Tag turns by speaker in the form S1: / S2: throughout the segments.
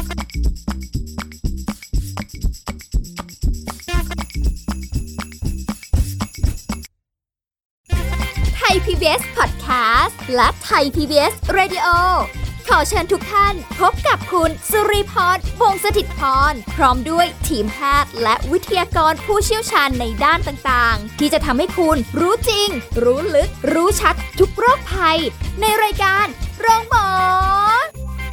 S1: ไทย PBS Podcast และไทย PBS Radio ขอเชิญทุกท่านพบกับคุณสุริพร วงศ์สถิตย์พรพร้อมด้วยทีมแพทย์และวิทยากรผู้เชี่ยวชาญในด้านต่างๆที่จะทำให้คุณรู้จริงรู้ลึกรู้ชัดทุกโรคภัยในรายการโรงพยาบาล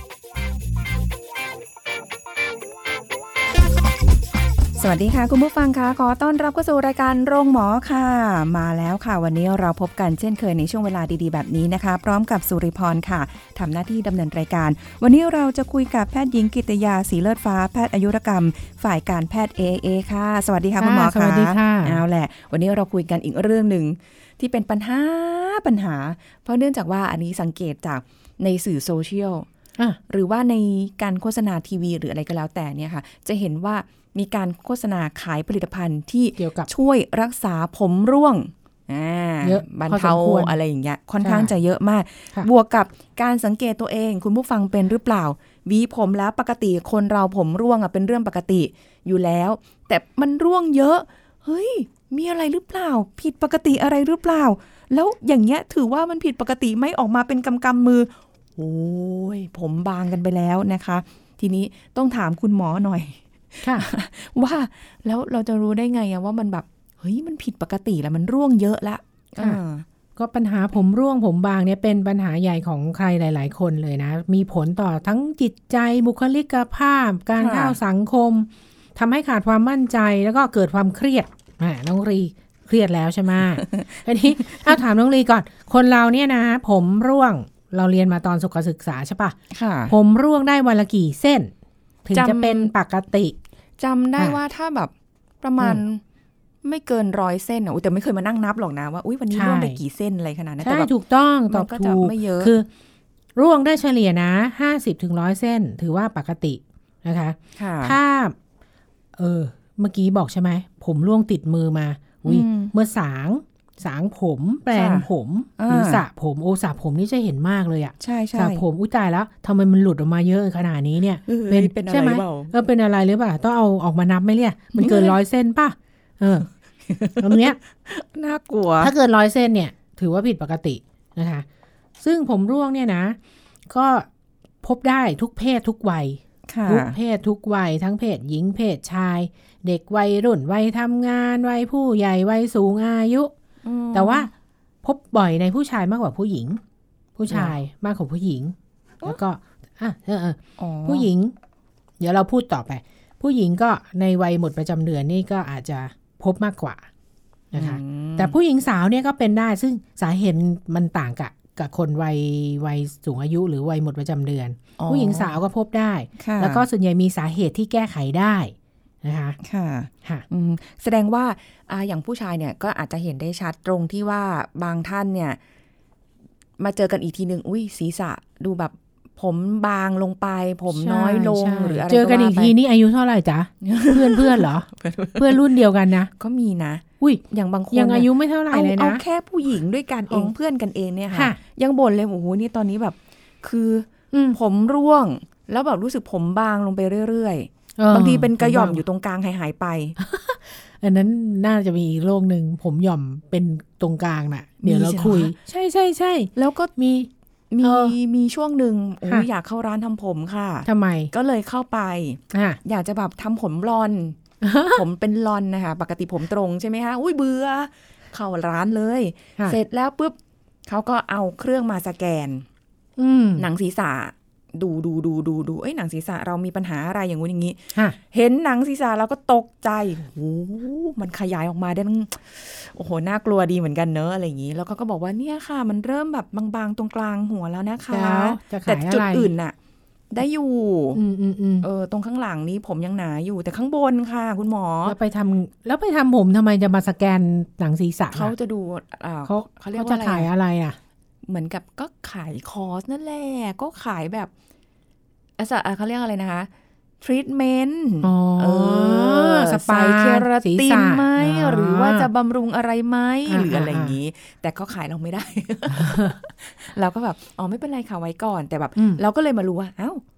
S2: สวัสดีค่ะคุณผู้ฟังค่ะขอต้อนรับเข้าสู่รายการโรงหมอค่ะมาแล้วค่ะวันนี้เราพบกันเช่นเคยในช่วงเวลาดีๆแบบนี้นะคะพร้อมกับสุริพรค่ะทำหน้าที่ดำเนินรายการวันนี้เราจะคุยกับแพทย์หญิงกิตติยาศรีเลิศฟ้าแพทย์อายุรกรรมฝ่ายการแพทย์ AAA ค่ะสวัสดีค่ะคุณหมอค่ะ
S3: สวัสดีค่ะ
S2: เอาแหละวันนี้เราคุยกันอีกเรื่องนึงที่เป็นปัญหาเพราะเนื่องจากว่าอันนี้สังเกตจากในสื่อโซเชียลหรือว่าในการโฆษณาทีวีหรืออะไรก็แล้วแต่เนี่ยค่ะจะเห็นว่ามีการโฆษณาขายผลิตภัณฑ์ที่ช่วยรักษาผมร่วงบรรเทาอะไรอย่างเงี้ยค่อนข้างจะเยอะมากบวกกับการสังเกตตัวเองคุณผู้ฟังเป็นหรือเปล่าหวีผมแล้วปกติคนเราผมร่วงเป็นเรื่องปกติอยู่แล้วแต่มันร่วงเยอะเฮ้ยมีอะไรหรือเปล่าผิดปกติอะไรหรือเปล่าแล้วอย่างเงี้ยถือว่ามันผิดปกติไม่ออกมาเป็นกำมือโอ้ยผมบางกันไปแล้วนะคะทีนี้ต้องถามคุณหมอหน่อยว่าแล้วเราจะรู้ได้ไงว่ามันแบบเฮ้ยมันผิดปกติแล้วมันร่วงเยอะละ
S3: ก็ปัญหาผมร่วงผมบางเนี่ยเป็นปัญหาใหญ่ของใครหลายๆคนเลยนะมีผลต่อทั้งจิตใจบุคลิกภาพการเข้าสังคมทำให้ขาดความมั่นใจแล้วก็เกิดความเครียดน้องรีเครียดแล้วใช่ไหม ทีนี้ถ้าถามน้องรีก่อนคนเราเนี่ยนะผมร่วงเราเรียนมาตอนสุขศึกษาใช่ปะผมร่วงได้วันละกี่เส้นถึงจะเป็นปกติ
S2: จำได้ว่าถ้าแบบประมาณไม่เกิน100 เส้นแต่ไม่เคยมานั่งนับหรอกนะว่าวันนี้ร่วงไปกี่เส้นอะไรขนาดนั้น
S3: ใช่ถูกต้องตอบถูกคือร่วงได้เฉลี่ยนะ50 ถึง 100 เส้นถือว่าปกตินะคะถ้าเมื่อกี้บอกใช่ไหมผมร่วงติดมือมาเมื่อสางผมแปรงผมหรือสระผมสระผมนี่จะเห็นมากเลยอ่ะ
S2: ใช่
S3: สระผมตายแล้วทำไมมันหลุดออกมาเยอะขนาดนี้เนี่ย
S2: เป็นอะไรเปล่า
S3: เป็นอะไรหรือเปล่าต้องเอาออกมานับไหมเนี่ยมันเกิน100 เส้นป่ะตรงเนี้ย
S2: น่ากลัว
S3: ถ้าเกิน100 เส้นเนี่ยถือว่าผิดปกตินะคะซึ่งผมร่วงเนี่ยนะก็พบได้ทุกเพศทุกวัยทุกเพศทุกวัยทั้งเพศหญิงเพศชายเด็กวัยรุ่นวัยทำงานวัยผู้ใหญ่วัยสูงอายุแต่ว่าพบบ่อยในผู้ชายมากกว่าผู้หญิงผู้ชายมากกว่าผู้หญิงแล้วก็ผู้หญิงเดี๋ยวเราพูดต่อไปผู้หญิงก็ในวัยหมดประจำเดือนนี่ก็อาจจะพบมากกว่านะคะแต่ผู้หญิงสาวเนี่ยก็เป็นได้ซึ่งสาเหตุมันต่างกับคนวัยสูงอายุหรือวัยหมดประจำเดือนผู้หญิงสาวก็พบได้แล้วก็ส่วนใหญ่มีสาเหตุที่แก้ไขได้นะคะ
S2: ค่ะแสดงว่าอย่างผู้ชายเนี่ยก็อาจจะเห็นได้ชัดตรงที่ว่าบางท่านเนี่ยมาเจอกันอีกทีนึงศีรษะดูแบบผมบางลงไปผมน้อยลงหรืออะไร
S3: เจอกันอีกทีนี่อายุเท่าไหร่จ๊ะ เพื่อนเหรอ เพื่อนรุ่นเดียวกันนะ
S2: ก็มีนะอย่างบางคน
S3: ยังอายุไม่เท่าไหร่เลยนะ
S2: เอาแค่ผู้หญิงด้วยกันเองเพื่อนกันเองเนี่ยค่ะยังบ่นเลยโอ้โหนี่ตอนนี้แบบคือผมร่วงแล้วแบบรู้สึกผมบางลงไปเรื่อยๆบางทีเป็นกระหย่อมอยู่ตรงกลางหายไป
S3: อันนั้นน่าจะมีอีกโรคนึงผมหย่อมเป็นตรงกลางน่ะเดี๋ยวเราคุยใช่
S2: แล้วก็มีช่วงหนึ่งอยากเข้าร้านทำผมค่ะ
S3: ทำไม
S2: ก็เลยเข้าไปอยากจะแบบทำผมบลอน ผมเป็นลอนนะคะปกติผมตรงใช่ไหมคะเบื่อเข้าร้านเลยเสร็จแล้วปุ๊บเขาก็เอาเครื่องมาสแกนหนังศีรษะดูหนังศีรษะเรามีปัญหาอะไรอย่างงู้นอย่างนี้เห็นหนังศีรษะเราก็ตกใจโอ้มันขยายออกมาได้โอ้โหน่ากลัวดีเหมือนกันเนอะอะไรอย่างนี้แล้วก็บอกว่าเนี่ยค่ะมันเริ่มแบบบางๆตรงกลางหัวแล้วนะคะแต่จุดอื่นน่ะได้อยู่ตรงข้างหลังนี้ผมยังหนาอยู่แต่ข้างบนค่ะคุณหมอ
S3: แล้วไปทำผมทำไมจะมาสแกนหนังศีรษะ
S2: เขาจะดู
S3: เขาเรียกว่าจะขายอะไรอ่ะ
S2: เหมือนกับก็ขายคอร์สนั่นแหละก็ขายแบบเขาเรียกอะไรนะคะทรีทเมนต์
S3: สปา
S2: เคราตินไหมหรือว่าจะบำรุงอะไรไหมหรืออะไรอย่างนี้แต่เขาขายเราไม่ได้ เราก็แบบไม่เป็นไรค่ะไว้ก่อนแต่แบบเราก็เลยมารู้ว่า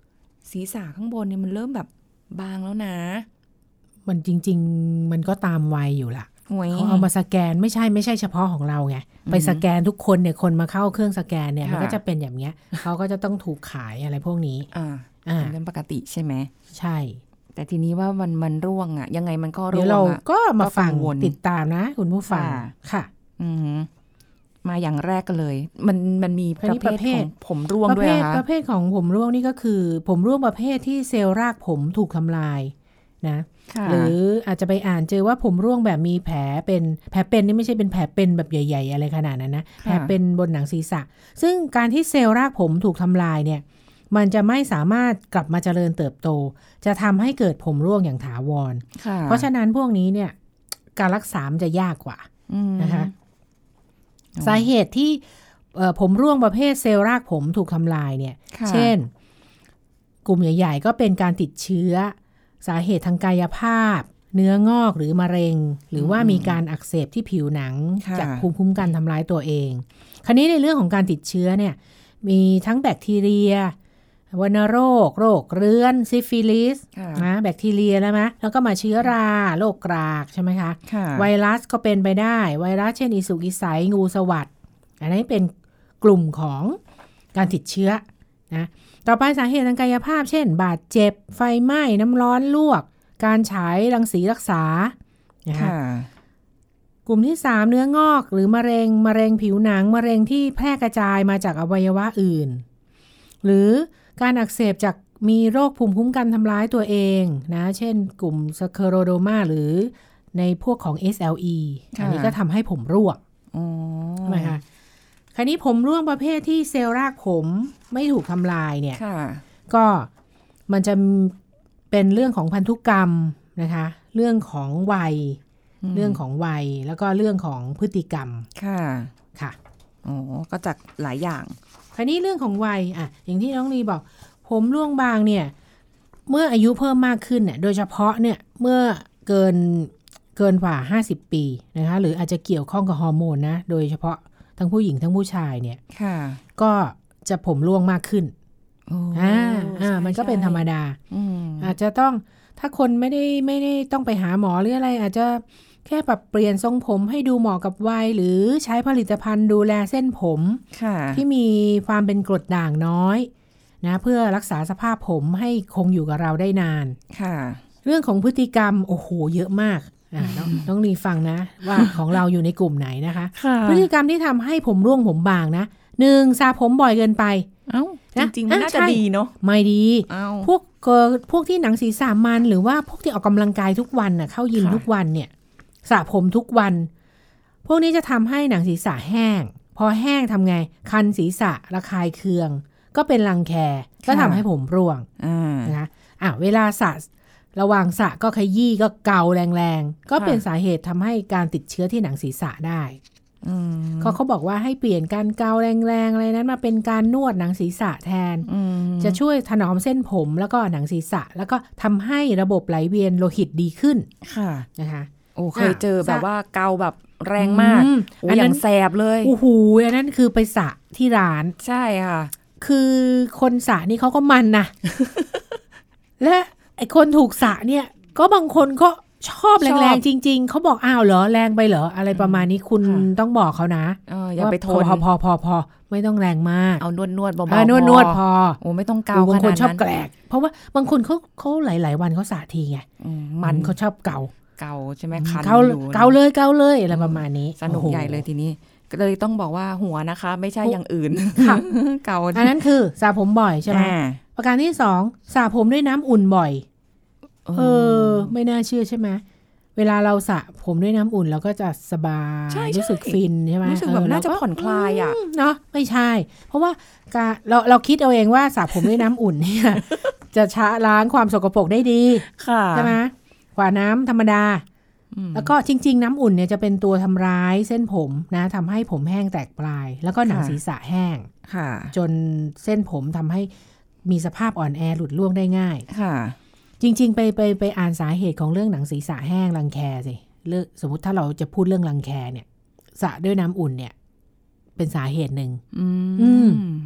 S2: ศีรษะข้างบนเนี่ยมันเริ่มแบบบางแล้วนะ
S3: มันจริงๆมันก็ตามวัยอยู่ล่ะเขาเอามาสแกนไม่ใช่เฉพาะของเราไงไปสแกนทุกคนเนี่ยคนมาเข้าเครื่องสแกนเนี่ยมันก็จะเป็นอย่างเงี้ยเขาก็จะต้องถูกขายอะไรพวกนี้
S2: เป็นเรื่องปกติใช่ไหม
S3: ใช่
S2: แต่ทีนี้ว่ามันร่วงอ่ะยังไงมันก็ร่วง
S3: เดี๋ยวเราก็มาฟังติดตามนะคุณผู้ฟังค่ะ
S2: มาอย่างแรกกันเลยมันมีประเภทของผมร่วงด้วยนะคะ
S3: ประเภทของผมร่วงนี่ก็คือผมร่วงประเภทที่เซลล์รากผมถูกทำลายนะหรืออาจจะไปอ่านเจอว่าผมร่วงแบบมีแผลเป็นนี่ไม่ใช่เป็นแผลเป็นแบบใหญ่ๆอะไรขนาดนั้นนะแผลเป็นบนหนังศีรษะซึ่งการที่เซลล์รากผมถูกทำลายเนี่ยมันจะไม่สามารถกลับมาเจริญเติบโตจะทำให้เกิดผมร่วงอย่างถาวรเพราะฉะนั้นพวกนี้เนี่ยการรักษาจะยากกว่านะคะสาเหตุที่ผมร่วงประเภทเซลล์รากผมถูกทำลายเนี่ยเช่นกลุ่มใหญ่ๆก็เป็นการติดเชื้อสาเหตุทางกายภาพเนื้องอกหรือมะเร็งหรือว่ามีการอักเสบที่ผิวหนังจากภูมิคุ้มกันทำร้ายตัวเองคราวนี้ในเรื่องของการติดเชื้อเนี่ยมีทั้งแบคทีเรียวัณโรคโรคเรื้อนซิฟิลิสนะแบคทีเรียแล้วก็มาเชื้อราโรคกรากใช่ไหมคะไวรัสก็เป็นไปได้ไวรัสเช่นอีสุกอีใสงูสวัสด์อันนี้เป็นกลุ่มของการติดเชื้อนะต่อไปสาเหตุทางกายภาพเช่นบาดเจ็บไฟไหม้น้ำร้อนลวกการฉายรังสีรักษานะคะกลุ่มที่3เนื้องอกหรือมะเร็งผิวหนังมะเร็งที่แพร่กระจายมาจากอวัยวะอื่นหรือการอักเสบจากมีโรคภูมิคุ้มกันทำร้ายตัวเองนะเช่นกลุ่มสเคโรโดมาหรือในพวกของ SLE อันนี้ก็ทำให้ผมร่วงใช่ไหมคะคราวนี้ผมร่วงประเภทที่เซลล์รากผมไม่ถูกทำลายเนี่ยก็มันจะเป็นเรื่องของพันธุกรรมนะคะเรื่องของวัยแล้วก็เรื่องของพฤติกรรมค่ะ
S2: ก็จากหลายอย่าง
S3: คราวนี้เรื่องของวัยอย่างที่น้องลีบอกผมร่วงบางเนี่ยเมื่ออายุเพิ่มมากขึ้นเนี่ยโดยเฉพาะเนี่ยเมื่อเกินกว่า50ปีนะคะหรืออาจจะเกี่ยวข้องกับฮอร์โมนนะโดยเฉพาะทั้งผู้หญิงทั้งผู้ชายเนี่ยก็จะผมร่วงมากขึ้นมันก็เป็นธรรมดาอาจจะต้องถ้าคนไม่ได้ต้องไปหาหมอหรืออะไรอาจจะแค่ปรับเปลี่ยนทรงผมให้ดูเหมาะกับวัยหรือใช้ผลิตภัณฑ์ดูแลเส้นผมที่มีความเป็นกรดด่างน้อยนะเพื่อรักษาสภาพผมให้คงอยู่กับเราได้นานเรื่องของพฤติกรรมโอ้โหเยอะมากต้องรีฟังนะว่าของเราอยู่ในกลุ่มไหนนะคะพฤติกรรมที่ทำให้ผมร่วงผมบางนะ1สระผมบ่อยเกินไป
S2: จริงๆมันน่าจะดีเนาะ
S3: ไม่ดีพวกที่หนังศีรษะมันหรือว่าพวกที่ออกกำลังกายทุกวันเข้ายิมทุกวันเนี่ยสระผมทุกวันพวกนี้จะทำให้หนังศีรษะแห้งพอแห้งทำไงคันศีรษะระคายเคืองก็เป็นรังแคก็ทำให้ผมร่วงนะคะเวลาสระระหว่างสระก็ขยี้ก็เกาแรงๆก็เป็นสาเหตุทำให้การติดเชื้อที่หนังศีรษะได้เขาบอกว่าให้เปลี่ยนการเกาแรงๆอะไรนั้นมาเป็นการนวดหนังศีรษะแทนจะช่วยถนอมเส้นผมแล้วก็หนังศีรษะแล้วก็ทำให้ระบบไหลเวียนโลหิตดีขึ้นนะคะ
S2: เคยเจอแบบว่าเกาแบบแรงมากอย่างแสบเลย
S3: โอ้โหอันนั้นคือไปสระที่ร้าน
S2: ใช่ค่ะ
S3: คือคนสระนี่เขาก็มันนะ และไอ้คนถูกสระเนี่ยก็บางคนก็ชอบแรงๆจริงๆเขาบอกอ้าวเหรอแรงไปเหรออะไรประมาณนี้คุณต้องบอกเขานะ
S2: อย่าไปทน
S3: พอไม่ต้องแรงมาก
S2: เอานวดเบาๆ
S3: นวดพอ
S2: ไม่ต้องเกา
S3: บางคนชอบแกลกเพราะว่าบางคนเขาหลายๆวันเขาสระทีไงมันเขาชอบเกา
S2: ใช่ไหมคัน
S3: อยู่เกาเลยอะไรประมาณนี้
S2: สนุกใหญ่เลยทีนี้ก็เลยต้องบอกว่าหัวนะคะไม่ใช่อย่างอื่นเกา
S3: อันนั้นคือสระผมบ่อยใช่ไหมประการที่2สระผมด้วยน้ำอุ่นบ่อยไม่น่าเชื่อใช่ไหมเวลาเราสระผมด้วยน้ำอุ่นเราก็จะสบายรู้สึกฟินใช่ไหม
S2: รู้สึกแบบน่าจะผ่อนคลาย
S3: เนาะไม่ใช่เพราะว่าเราคิดเอาเองว่าสระผมด้วยน้ำอุ่นเนี่ยจะชะล้างความสกปรกได้ดีใช่ไหมกว่าน้ำธรรมดาแล้วก็จริงๆน้ำอุ่นเนี่ยจะเป็นตัวทำร้ายเส้นผมนะทำให้ผมแห้งแตกปลายแล้วก็หนังศีรษะแห้งจนเส้นผมทำให้มีสภาพอ่อนแอหลุดร่วงได้ง่ายจริงๆไปอ่านสาเหตุของเรื่องหนังศีรษะแห้งรังแคสิสมมติถ้าเราจะพูดเรื่องรังแคเนี่ยสระด้วยน้ำอุ่นเนี่ยเป็นสาเหตุหนึ่ง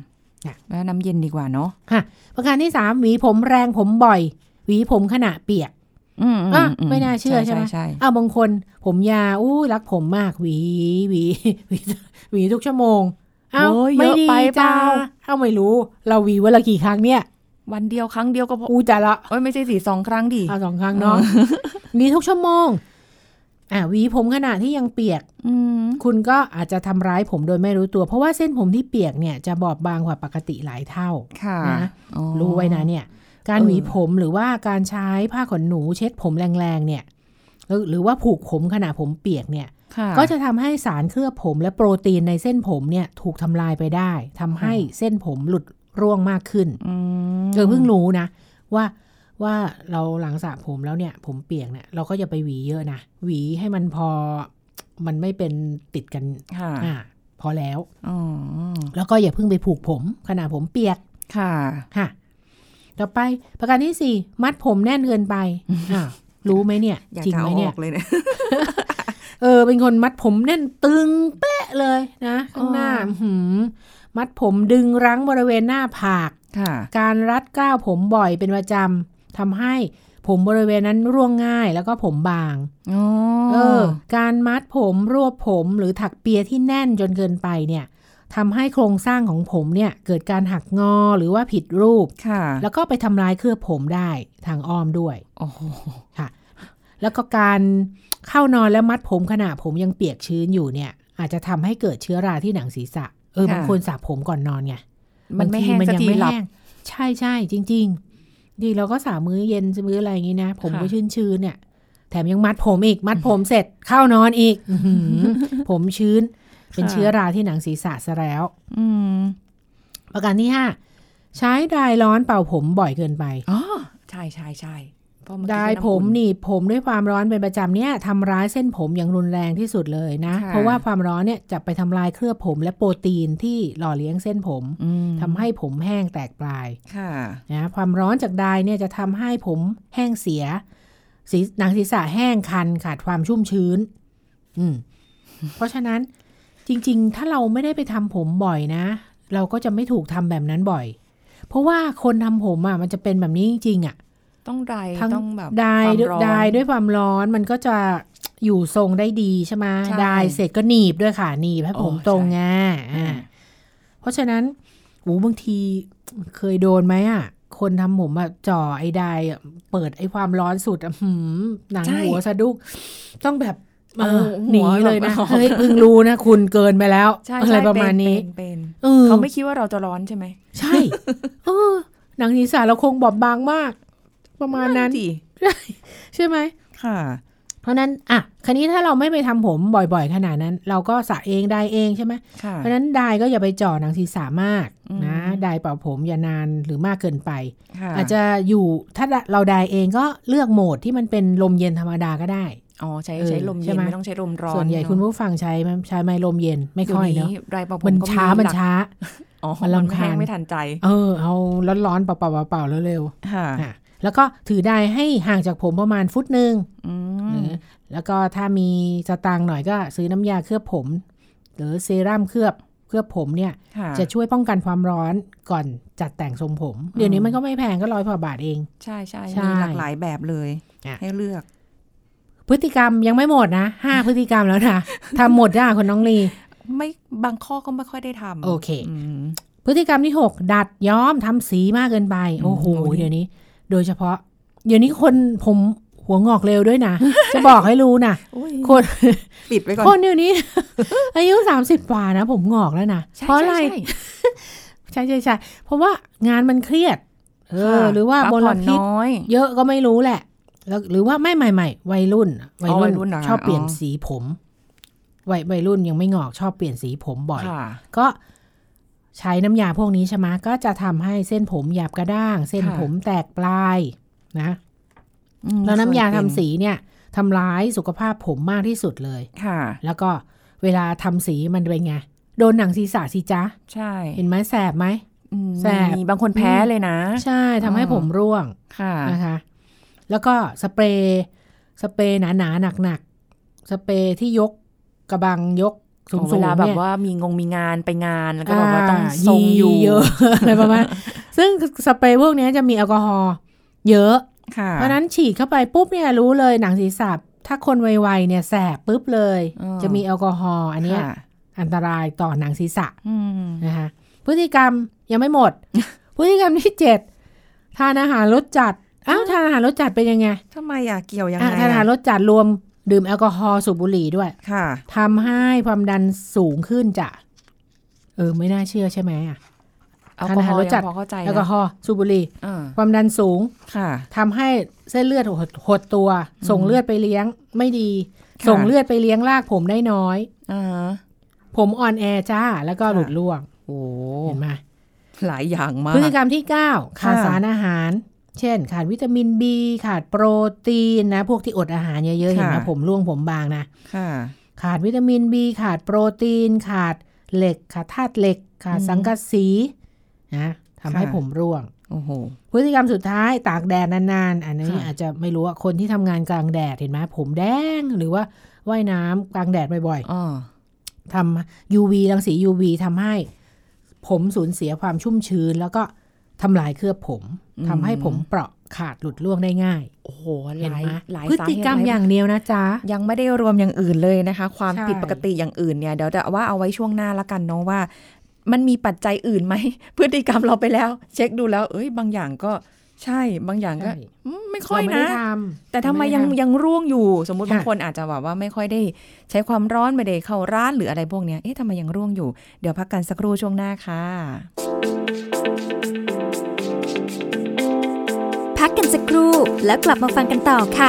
S2: แล้วน้ำเย็นดีกว่าเนาะ
S3: ค่ะประการที่3หวีผมแรงผมบ่อยหวีผมขณะเปียกไม่น่าเชื่อใช่ไหมบางคนผมยาวรักผมมากหวีทุกชั่วโมงไม่ดีจ้าไม่รู้เราหวีวันละกี่ครั้งเนี่ย
S2: วันเดียวครั้งเดียวก็พ
S3: อจ้ะละ
S2: ไม่ใช่สิ2 ครั้งดิ
S3: 2 ครั้งเนาะหวีทุกชั่วโมงหวีผมขณะที่ยังเปียกคุณก็อาจจะทำร้ายผมโดยไม่รู้ตัวเพราะว่าเส้นผมที่เปียกเนี่ยจะบอบบางกว่าปกติหลายเท่านะรู้ไว้นะเนี่ยการหวีผมหรือว่าการใช้ผ้าขนหนูเช็ดผมแรงๆเนี่ยหรือว่าผูกผมขณะผมเปียกเนี่ยก็จะทำให้สารเคลือบผมและโปรตีนในเส้นผมเนี่ยถูกทำลายไปได้ทำให้เส้นผมหลุดร่วงมากขึ้นเพิ่งรู้นะว่าเราหลังสระผมแล้วเนี่ยผมเปียกเนี่ยเราก็อย่าไปหวีเยอะนะหวีให้มันพอมันไม่เป็นติดกันพอแล้วแล้วก็อย่าเพิ่งไปผูกผมขณะผมเปียกค่ะต่อไปประการที่4มัดผมแน่นเกินไปรู้ไหมเนี่ยจริงไหมเนี่ยเป็นคนมัดผมแน่นตึงเป๊ะเลยนะข้างหน้ามัดผมดึงรั้งบริเวณหน้าผากการรัดก้าวผมบ่อยเป็นประจำทำให้ผมบริเวณนั้นร่วงง่ายแล้วก็ผมบางการมัดผมรวบผมหรือถักเปียที่แน่นจนเกินไปเนี่ยทำให้โครงสร้างของผมเนี่ยเกิดการหักงอหรือว่าผิดรูปแล้วก็ไปทำลายเคลือบผมได้ทางอ้อมด้วยค่ะแล้วก็การเข้านอนแล้วมัดผมขณะผมยังเปียกชื้นอยู่เนี่ยอาจจะทำให้เกิดเชื้อราที่หนังศีรษะบางคนสระผมก่อนนอนไง
S2: มันไม่แห้งสักทีหลับ
S3: ใช่จริงๆดีเราก็สระมื้อเย็นมื้ออะไรอย่างนี้นะผมก็ชื้นเนี่ยแถมยังมัดผมอีกมัดผมเสร็จเข้านอนอีกผมชื้นเป็นเชื้อราที่หนังศีรษะซะแล้วประการที่5ใช้ไดร์ร้อนเป่าผมบ่อยเกินไป
S2: ใช่
S3: ไดร์ผมหนีบผมด้วยความร้อนเป็นประจำเนี่ยทำร้ายเส้นผมอย่างรุนแรงที่สุดเลยนะเพราะว่าความร้อนเนี่ยจะไปทำลายเคลือบผมและโปรตีนที่หล่อเลี้ยงเส้นผมทำให้ผมแห้งแตกปลายนะความร้อนจากไดร์เนี่ยจะทำให้ผมแห้งเสียหนังศีรษะแห้งคันขาดความชุ่มชื้นเพราะฉะนั้นจริงๆถ้าเราไม่ได้ไปทำผมบ่อยนะเราก็จะไม่ถูกทำแบบนั้นบ่อยเพราะว่าคนทำผมมันจะเป็นแบบนี้จริงๆ
S2: ต้องไดต้องแบบ
S3: ไดด้วยความร้อนมันก็จะอยู่ทรงได้ดีใช่ไหมไดเสร็จก็หนีบด้วยค่ะหนีบให้ผมตรงไงเพราะฉะนั้นบางทีเคยโดนไหมคนทำผมจ่อไอ้ไดเปิดไอ้ความร้อนสุดหนังหัวสะดุ้งต้องแบบหนีเลยนะเฮ้ยเพิ่งรู้นะคุณเกินไปแล้วอะไรประมาณนี้
S2: เขาไม่คิดว่าเราจะร้อนใช่ไหม
S3: ใช่หนังศีรษะเราคงบอบบางมากประมาณนั้นใช่ไหม
S2: ค่ะ
S3: เพราะนั้นคราวนี้ถ้าเราไม่ไปทำผมบ่อยๆขนาดนั้นเราก็สระเองได้เองใช่ไหมเพราะนั้นได้ก็อย่าไปจ่อหนังศีรษะมากนะได้เป่าผมอย่านานหรือมากเกินไปอาจจะอยู่ถ้าเราได้เองก็เลือกโหมดที่มันเป็นลมเย็นธรรมดาก็ได้
S2: ใช้ลมเย็นไม่ต้องใช้ลมร้อน
S3: ส่วนใหญ่คุณผู้ฟังใช้ไม้ลมเย็นไม่ค่อยเนาะมันช้ามัน
S2: ลำคาญไม่ทันใจ
S3: เอาร้อนๆเป่าๆเร็วๆแล้วก็ถือได้ให้ห่างจากผมประมาณฟุตนึงแล้วก็ถ้ามีสตางค์หน่อยก็ซื้อน้ำยาเคลือบผมหรือเซรั่มเคลือบผมเนี่ยจะช่วยป้องกันความร้อนก่อนจัดแต่งทรงผมเดี๋ยวนี้มันก็ไม่แพงก็100 กว่าบาทเอง
S2: ใช่มีหลากหลายแบบเลยให้เลือก
S3: พฤติกรรมยังไม่หมดนะ5พฤติกรรมแล้วนะทำหมดจ้ะคุณน้องลี
S2: ไม่บางข้อก็ไม่ค่อยได้ทำ
S3: โอเคพฤติกรรมที่6ดัดย้อมทำสีมากเกินไปโอ้โหเดี๋ยวนี้โดยเฉพาะเดี๋ยวนี้คนผมหัวงอกเร็วด้วยนะจะบอกให้รู้นะคน
S2: ปิดไว้ก่อน
S3: คนเดี๋ยวนี้อายุ30 กว่านะผมงอกแล้วนะเพราะอะไรใช่เพราะว่างานมันเครียดหรือว่าบนพิษเยอะก็ไม่รู้แหละแล้วหรือว่าไม่ใหม่วัยรุ่นชอบเปลี่ยนสีผมวัยรุ่นยังไม่งอกชอบเปลี่ยนสีผมบ่อยก็ใช้น้ำยาพวกนี้ใช่ไหมก็จะทำให้เส้นผมหยาบกระด้างเส้นผมแตกปลายนะแล้วน้ำยาทำสีเนี่ยทำร้ายสุขภาพผมมากที่สุดเลยแล้วก็เวลาทำสีมันเป็นไงโดนหนังศีรษะสิจ๊ะ
S2: ใช่
S3: เห็นไหมแสบไหม
S2: แสบบางคนแพ้เลยนะ
S3: ใช่ทำให้ผมร่วงนะคะแล้วก็สเปรย์หนาๆหนักๆสเปรย์ที่ยกกระบังยกสูงๆ
S2: เวลาแบบว่ามีงานไปงานแล้วก็แบบว่าต้องทรงอยู่
S3: เยอะอะไรประมาณซึ่งสเปรย์พวกนี้จะมีแอลกอฮอล์เยอะเพราะนั้นฉีดเข้าไปปุ๊บเนี่ยรู้เลยหนังศีรษะถ้าคนไวๆเนี่ยแสบปุ๊บเลยจะมีแอลกอฮอล์อันนี้อันตรายต่อหนังศีรษะนะคะพฤติกรรมยังไม่หมด พฤติกรรมที่7ทานอาหารรสจัดทานอาหารรสจัดเป็นยังไง
S2: ทำไมเกี่ยวยังไง
S3: ทานอาหารรสจัดรวมดื่มแอลกอฮอล์สูบบุหรี่ด้วยทำให้ความดันสูงขึ้นจ้ะไม่น่าเชื่อใช่ไหมทานอาหารรสจัดแอลกอฮอล์สูบบุหรี่ความดันสูงทำให้เส้นเลือดหดตัวส่งเลือดไปเลี้ยงไม่ดีส่งเลือดไปเลี้ยงรากผมได้น้อยผมอ่อนแอจ้าแล้วก็หลุดร่วงเห็นไหม
S2: หลายอย่างมาก
S3: พฤติกรรมที่9ขาดสารอาหารเช่นขาดวิตามิน B ขาดโปรตีนนะพวกที่อดอาหารเยอะๆเห็นไหมผมร่วงผมบางนะขาดวิตามิน B ขาดโปรตีนขาดเหล็กขาดธาตุเหล็กขาดสังกะสีนะทำให้ผมร่วงพฤติกรรมสุดท้ายตากแดดนานๆอันนี้อาจจะไม่รู้ว่าคนที่ทำงานกลางแดดเห็นไหมผมแดงหรือว่าว่ายน้ำกลางแดดบ่อยๆทำ UV รังสี UV ทำให้ผมสูญเสียความชุ่มชื้นแล้วก็ทำลายเคลือบผมทำให้ผมเปราะขาดหลุดร่วงได้ง่าย
S2: โอ้โห
S3: หลายพฤติกรรมอย่างเดียวนะจ๊ะ
S2: ยังไม่ได้รวมอย่างอื่นเลยนะคะความผิดปกติอย่างอื่นเนี่ยเดี๋ยวจะว่าเอาไว้ช่วงหน้าละกันเนาะว่ามันมีปัจจัยอื่นไหมพฤติกรรมเราไปแล้วเช็คดูแล้วบางอย่างก็ใช่บางอย่างก็ไม่ค่อยนะแต่ทำไมยังร่วงอยู่สมมุติบางคนอาจจะแบบว่าไม่ค่อยได้ใช้ความร้อนไม่ได้เข้าร้านหรืออะไรพวกนี้ทำไมยังร่วงอยู่เดี๋ยวพักกันสักครู่ช่วงหน้าค่ะ
S1: พักกันสักครู่แล้วกลับมาฟังกันต่อค่ะ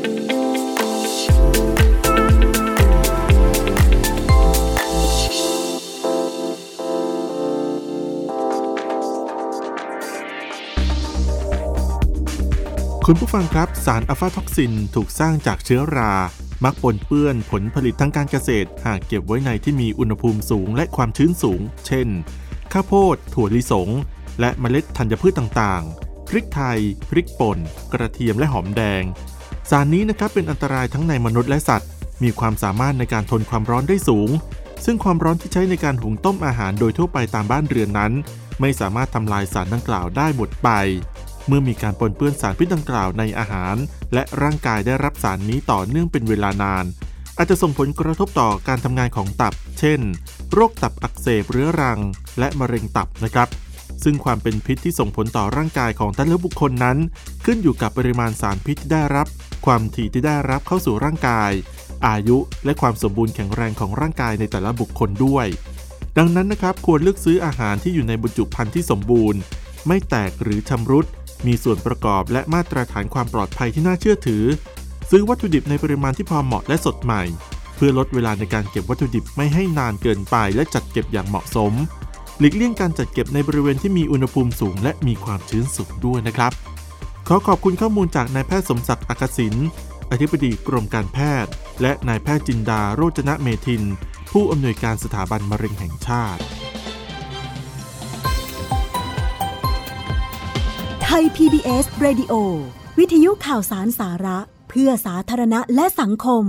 S4: คุณผู้ฟังครับสารอะฟาท็อกซินถูกสร้างจากเชื้อรามักปนเปื้อนผลผลิตทางการเกษตรหากเก็บไว้ในที่มีอุณหภูมิสูงและความชื้นสูงเช่นข้าวโพดถั่วลิสงและเมล็ดธัญพืชต่างๆพริกไทยพริกป่นกระเทียมและหอมแดงสารนี้นะครับเป็นอันตรายทั้งในมนุษย์และสัตว์มีความสามารถในการทนความร้อนได้สูงซึ่งความร้อนที่ใช้ในการหุงต้มอาหารโดยทั่วไปตามบ้านเรือนนั้นไม่สามารถทำลายสารดังกล่าวได้หมดไปเมื่อมีการปนเปื้อนสารพิษดังกล่าวในอาหารและร่างกายได้รับสารนี้ต่อเนื่องเป็นเวลานานอาจจะส่งผลกระทบต่อการทำงานของตับเช่นโรคตับอักเสบเรื้อรังและมะเร็งตับนะครับซึ่งความเป็นพิษที่ส่งผลต่อร่างกายของแต่ละบุคคลนั้นขึ้นอยู่กับปริมาณสารพิษที่ได้รับความถี่ที่ได้รับเข้าสู่ร่างกายอายุและความสมบูรณ์แข็งแรงของร่างกายในแต่ละบุคคลด้วยดังนั้นนะครับควรเลือกซื้ออาหารที่อยู่ในบรรจุภัณฑ์ที่สมบูรณ์ไม่แตกหรือชำรุดมีส่วนประกอบและมาตรฐานความปลอดภัยที่น่าเชื่อถือซื้อวัตถุดิบในปริมาณที่พอเหมาะและสดใหม่เพื่อลดเวลาในการเก็บวัตถุดิบไม่ให้นานเกินไปและจัดเก็บอย่างเหมาะสมหลีกเลี่ยงการจัดเก็บในบริเวณที่มีอุณหภูมิสูงและมีความชื้นสูงด้วยนะครับขอขอบคุณข้อมูลจากนายแพทย์สมศักดิ์อักษิณอธิบดีกรมการแพทย์และนายแพทย์จินดาโรจนเมธินผู้อำนวยการสถาบันมะเร็งแห่งชาติ
S5: ไทย PBS Radio วิทยุข่าวสารสาระเพื่อสาธารณะและสังคม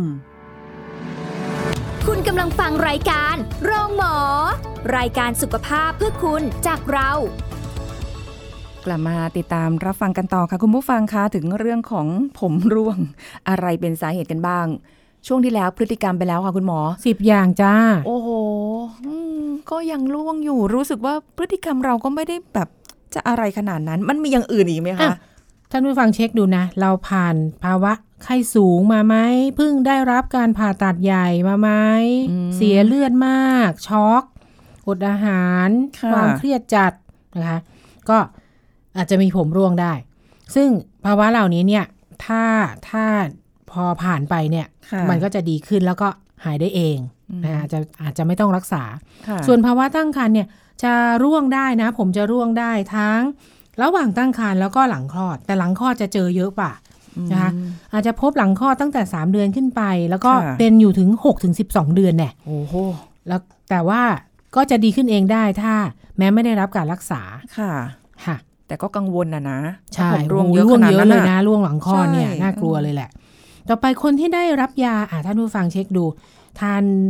S1: คุณกำลังฟังรายการโรงหมอรายการสุขภาพเพื่อคุณจากเรา
S2: กลับมาติดตามรับฟังกันต่อค่ะคุณผู้ฟังคะถึงเรื่องของผมร่วงอะไรเป็นสาเหตุกันบ้างช่วงที่แล้วพฤติกรรมไปแล้วค่ะคุณหมอ
S3: 10 อย่างจ้า
S2: โอ้โหก็ยังร่วงอยู่รู้สึกว่าพฤติกรรมเราก็ไม่ได้แบบจะอะไรขนาดนั้นมันมีอย่างอื่นอีกไหมคะ
S3: ท่านผู้ฟังเช็คดูนะเราผ่านภาวะไข้สูงมาไหมเพิ่งได้รับการผ่าตัดใหญ่มาไหมเสียเลือดมากช็อกอดอาหารความเครียดจัดนะคะก็อาจจะมีผมร่วงได้ซึ่งภาวะเหล่านี้เนี่ยถ้าพอผ่านไปเนี่ยมันก็จะดีขึ้นแล้วก็หายได้เองอาจจะไม่ต้องรักษาส่วนภาวะตั้งครรภ์เนี่ยจะร่วงได้นะผมจะร่วงได้ทั้งระหว่างตั้งครรภ์แล้วก็หลังคลอดแต่หลังคลอดจะเจอเยอะป่ะนะคะอาจจะพบหลังคลอดตั้งแต่3 เดือนขึ้นไปแล้วก็เป็นอยู่ถึง 6-12 เดือนเนี่ย
S2: โอ้โห
S3: แล้วแต่ว่าก็จะดีขึ้นเองได้ถ้าแม้ไม่ได้รับการรักษา
S2: ค่ะแต่ก็กังวลนะ
S3: ใช่ร่วงเยอะเลยนะร่วงหลังคลอดเนี่ยน่ากลัวเลยแหละต่อไปคนที่ได้รับยาท่านผู้ฟังเช็คดูท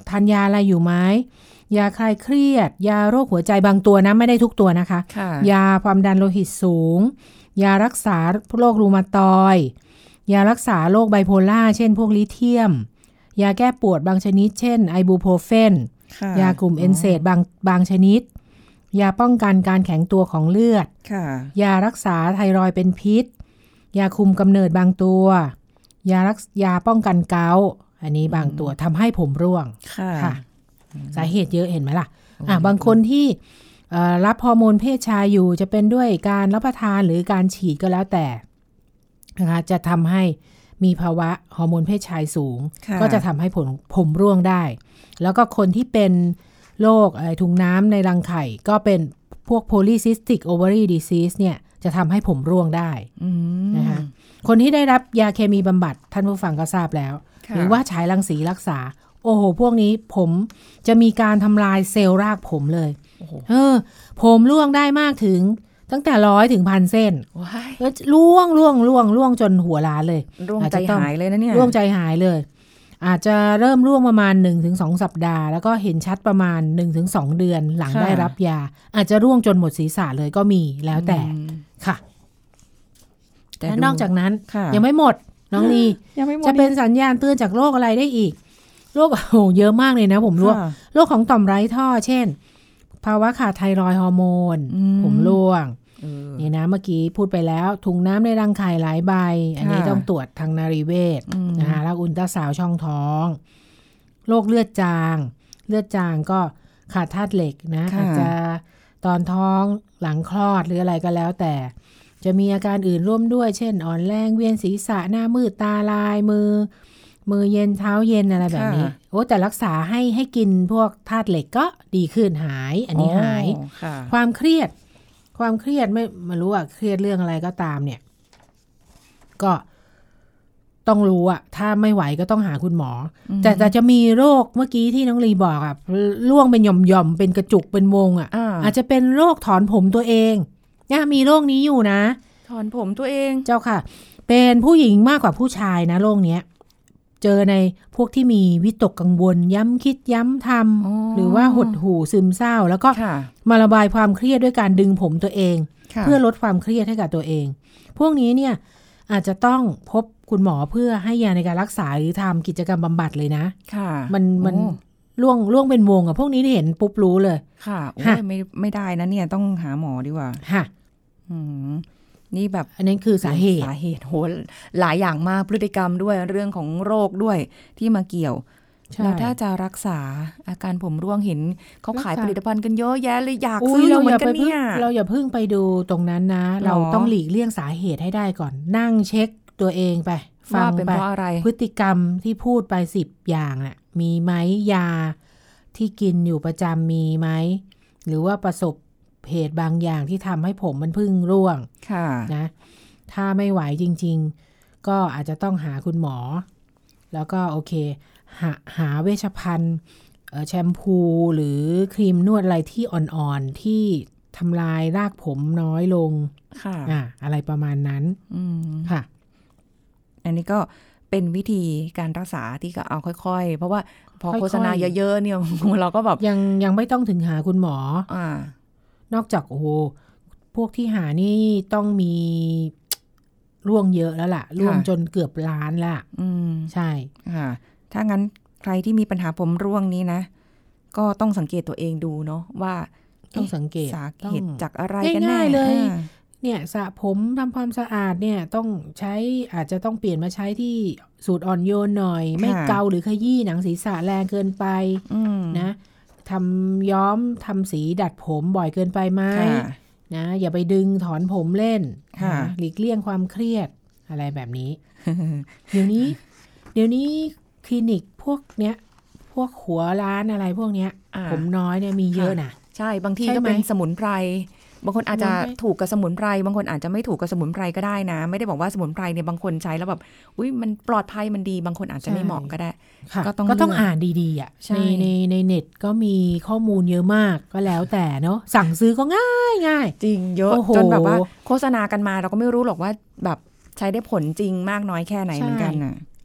S3: ทานยาอะไรอยู่ไหมยาคลายเครียดยาโรคหัวใจบางตัวนะไม่ได้ทุกตัวนะคะยาความดันโลหิตสูงยารักษาโรครูมาตอยด์ยารักษาโรคไบโพล่าเช่นพวกลิเธียมยาแก้ปวดบางชนิดเช่นไอบูโพรเฟนยากลุ่มเอนเซดบางชนิดยาป้องกันการแข็งตัวของเลือดยารักษาไทรอยด์เป็นพิษยาคุมกำเนิดบางตัวยาป้องกันเกาต์อันนี้บางตัวทำให้ผมร่วงค่ะสาเหตุเยอะเห็นไหมล่ะบางคนที่รับฮอร์โมนเพศชายอยู่จะเป็นด้วยการรับประทานหรือการฉีดก็แล้วแต่นะคะจะทำให้มีภาวะฮอร์โมนเพศชายสูงก็จะทำให้ผมร่วงได้แล้วก็คนที่เป็นโรคถุงน้ำในรังไข่ก็เป็นพวก polycystic ovary disease เนี่ยจะทำให้ผมร่วงได้นะคะคนที่ได้รับยาเคมีบำบัดท่านผู้ฟังก็ทราบแล้วหรือว่าฉายรังสีรักษาโอ้โหพวกนี้ผมจะมีการทำลายเซลล์รากผมเลยผมร่วงได้มากถึงตั้งแต่100 ถึง 1,000 เส้นร่วงจนหัวล้านเลย
S2: ร่วงใจหายเลยนะเนี่ย
S3: ร่วงใจหายเลยอาจจะเริ่มร่วงประมาณ 1-2 สัปดาห์แล้วก็เห็นชัดประมาณ 1-2 เดือนหลังได้รับยาอาจจะร่วงจนหมดศีรษะเลยก็มีแล้วแต่ค่ะแต่นอกจากนั้นยังไม่หมดน้องลีจะเป็นสัญญาณเตือนจากโรคอะไรได้อีกโรคเยอะมากเลยนะผมร่วงโรคของต่อมไร้ท่อเช่นภาวะขาดไทรอยด์ฮอร์โมนผมร่วงนี่นะเมื่อกี้พูดไปแล้วถุงน้ำในรังไข่หลายใบอันนี้ต้องตรวจทางนารีเวชนะคะแล้วอุลตราซาวด์ช่องท้องโรคเลือดจางก็ขาดธาตุเหล็กนะอาจจะตอนท้องหลังคลอดหรืออะไรก็แล้วแต่จะมีอาการอื่นร่วมด้วยเช่นอ่อนแรงเวียนศีรษะหน้ามืดตาลายมือเย็นเท้าเย็นอะไรแบบนี้แต่รักษาให้กินพวกธาตุเหล็กก็ดีขึ้นหายอันนี้หายความเครียดไม่รู้อ่ะเครียดเรื่องอะไรก็ตามเนี่ยก็ต้องรู้อ่ะถ้าไม่ไหวก็ต้องหาคุณหมอแต่จะมีโรคเมื่อกี้ที่น้องลีบอกอ่ะร่วงเป็นหย่อมๆเป็นกระจุกเป็นวงอ่ะอาจจะเป็นโรคถอนผมตัวเองมีโรคนี้อยู่นะ
S2: ถอนผมตัวเอง
S3: เจ้าค่ะเป็นผู้หญิงมากกว่าผู้ชายนะโรคเนี้ยเจอในพวกที่มีวิตกกังวลย้ำคิดย้ำทำหรือว่าหดหู่ซึมเศร้าแล้วก็มาระบายความเครียดด้วยการดึงผมตัวเองเพื่อลดความเครียดให้กับตัวเองพวกนี้เนี่ยอาจจะต้องพบคุณหมอเพื่อให้ยาในการรักษาหรือทำกิจกรรมบำบัดเลยนะมันล่วงเป็นวงอะพวกนี้เห็นปุ๊บรู้เลย
S2: ค่ะไม่ได้นะเนี่ยต้องหาหมอดีกว่า
S3: ค่ะ
S2: นี่แบบ
S3: อันนี้คือสาเหตุ
S2: โหหลายอย่างมากพฤติกรรมด้วยเรื่องของโรคด้วยที่มาเกี่ยวแล้วถ้าจะรักษาอาการผมร่วงเห็นเขาขายผลิตภัณฑ์กันเยอะแยะเลยอยากซื้อเหมือนกันเนี่ย
S3: เราอย่าเพิ่งไปดูตรงนั้นนะเราต้องหลีกเลี่ยงสาเหตุให้ได้ก่อนนั่งเช็คตัวเองไป
S2: ฟังไป
S3: พฤติกรรมที่พูดไป10 อย่างน่ะมีไหมยาที่กินอยู่ประจำมีไหมหรือว่าประสบเหตุบางอย่างที่ทำให้ผมมันพึ่งร่วงนะถ้าไม่ไหวจริงๆก็อาจจะต้องหาคุณหมอแล้วก็โอเคหาเวชภัณฑ์แชมพูหรือครีมนวดอะไรที่อ่อนๆที่ทำลายรากผมน้อยลงอะไรประมาณนั้นค่ะ
S2: อันนี้ก็เป็นวิธีการรักษาที่ก็เอาค่อยๆเพราะว่าพอโฆษณาเยอะๆเนี่ยเราก็แบบ
S3: ยังไม่ต้องถึงหาคุณหมอนอกจากพวกที่หานี่ต้องมีร่วงเยอะแล้วล่ะร่วงจนเกือบล้านละใช่
S2: ค่ะถ้างั้นใครที่มีปัญหาผมร่วงนี้นะก็ต้องสังเกตตัวเองดูเนาะว่า
S3: ต้องสังเกต
S2: สาเหตุจากอะไรกันแน่
S3: ง่ายๆเลยเนี่ยสระผมทำความสะอาดเนี่ยต้องใช้อาจจะต้องเปลี่ยนมาใช้ที่สูตรอ่อนโยนหน่อยไม่เกาหรือขยี้หนังศีรษะแรงเกินไปนะทำย้อมทำสีดัดผมบ่อยเกินไปไหมนะอย่าไปดึงถอนผมเล่นหลีกเลี่ยงความเครียดอะไรแบบนี้ เดี๋ยวนี้คลินิกพวกเนี้ยพวกหัวร้านอะไรพวกเนี้ยผมน้อยเนี่ยมีเยอะนะ
S2: ใช่บางทีก็เป็นสมุนไพรบางคนอาจจะถูกกับสมุนไพรบางคนอาจจะไม่ถูกกับสมุนไพรก็ได้นะไม่ได้บอกว่าสมุนไพรเนี่ยบางคนใช้แล้วแบบอุ๊ยมันปลอดภัยมันดีบางคนอาจจะไม่เหมาะก็ได้
S3: ก็ต้องอ่านดีๆอ่ะในเน็ตก็มีข้อมูลเยอะมากก็แล้วแต่เนาะสั่งซื้อก็ง่าย
S2: จริงเยอะจนแบบว่าโฆษณากันมาเราก็ไม่รู้หรอกว่าแบบใช้ได้ผลจริงมากน้อยแค่ไหนเหมือนกันน่ะ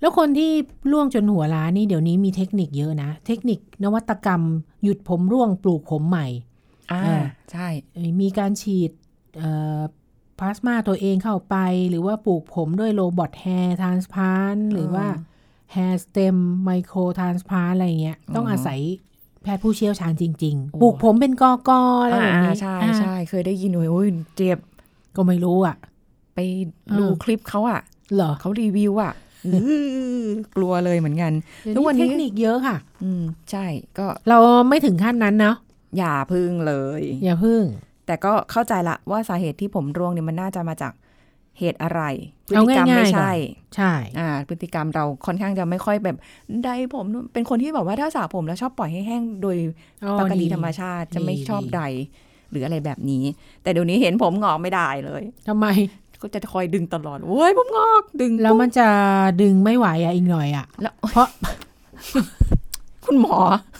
S3: แล้วคนที่ร่วงจนหัวล้านนี่เดี๋ยวนี้มีเทคนิคเยอะนะเทคนิคนวัตกรรมหยุดผมร่วงปลูกผมใหม่
S2: ใช่
S3: มีการฉีดพลาสมาตัวเองเข้าไปหรือว่าปลูกผมด้วยโรบอทแฮร์ทรานสพลานต์หรือว่าแฮร์สเต็มไมโครทรานสพลานต์อะไรเงี้ยต้องอาศัยแพทย์ผู้เชี่ยวชาญจริงๆปลูกผมเป็นกอๆอะไรแบบนี้
S2: ใช่ใช่เคยได้ยินโอ้ยเจ็บ
S3: ก็ไม่รู้อ่ะ
S2: ไปดูคลิปเขาอ่ะ
S3: เหรอ
S2: เขารีวิวอ่ะกลัวเลยเหมือนกัน
S3: ทุกวันนี้เทคนิคเยอะค่ะ
S2: ใช่ก็
S3: เราไม่ถึงขั้นนั้นเนาะ
S2: อย่าพึ่งเลย
S3: อย่าพึ่ง
S2: แต่ก็เข้าใจละว่าสาเหตุที่ผมร่วงเนี่ยมันน่าจะมาจากเหตุอะไรพฤติกรรมไม่ใช่
S3: ใช่
S2: พฤติกรรมเราค่อนข้างจะไม่ค่อยแบบได้ผมเป็นคนที่แบบว่าถ้าสระผมแล้วชอบปล่อยให้แห้งโดยปกติธรรมชาติจะไม่ชอบใดหรืออะไรแบบนี้แต่เดี๋ยวนี้เห็นผมงอกไม่ได้เลย
S3: ทำไม
S2: ก็จะคอยดึงตลอดโอ้ยผมงอกดึง
S3: แล้วมันจะดึงไม่ไหวอีกหน่อย
S2: แล้วเพราะ คุณหมอ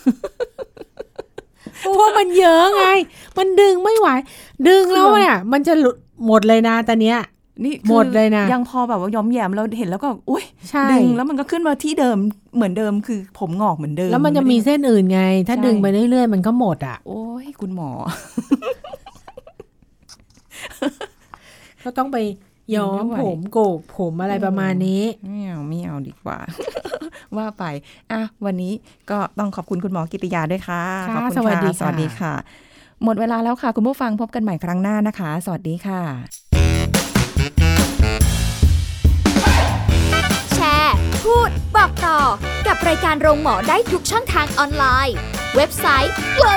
S3: เพราะว่ามันเยอะไงมันดึงไม่ไหวดึงแล้วเนี่ยมันจะหลุดหมดเลยนะตอนเนี้ย
S2: นี่
S3: หมดเลยนะ
S2: ยังพอแบบว่าย้อมแย้มเราเห็นแล้วก็อุ้ยดึงแล้วมันก็ขึ้นมาที่เดิมเหมือนเดิมคือผมงอกเหมือนเดิม
S3: แล้วมันจะมีเส้นอื่นไงถ้าดึงไปเรื่อยๆมันก็หมดอ่ะ
S2: โอ้ยคุณหมอ
S3: ก็ต้องไปย้อมผมโกกผมอะไรประมาณนี้
S2: ไม่เอาดีกว่าว่าไปวันนี้ก็ต้องขอบคุณคุณหมอกิติยาด้วยค่ะ
S3: ขอบคุณค่ะ
S2: สวัสดีค่ะหมดเวลาแล้วค่ะคุณผู้ฟังพบกันใหม่ครั้งหน้านะคะสวัสดีค่ะ
S1: แชร์พูดบอกต่อกับรายการโรงหมอได้ทุกช่องทางออนไลน์เว็บไซต์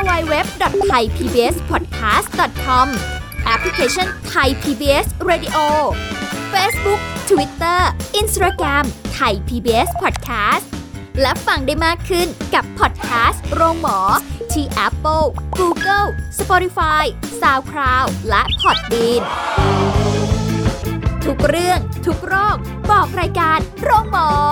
S1: www.thaipbspodcast.com แอปพลิเคชัน Thai PBS Radio Facebook Twitter Instagram Thai PBS Podcast และฟังได้มากขึ้นกับพอดแคสต์โรงหมอที่ Apple, Google, Spotify, SoundCloud และ Podbean ทุกเรื่องทุกโรคบอกรายการโรงหมอ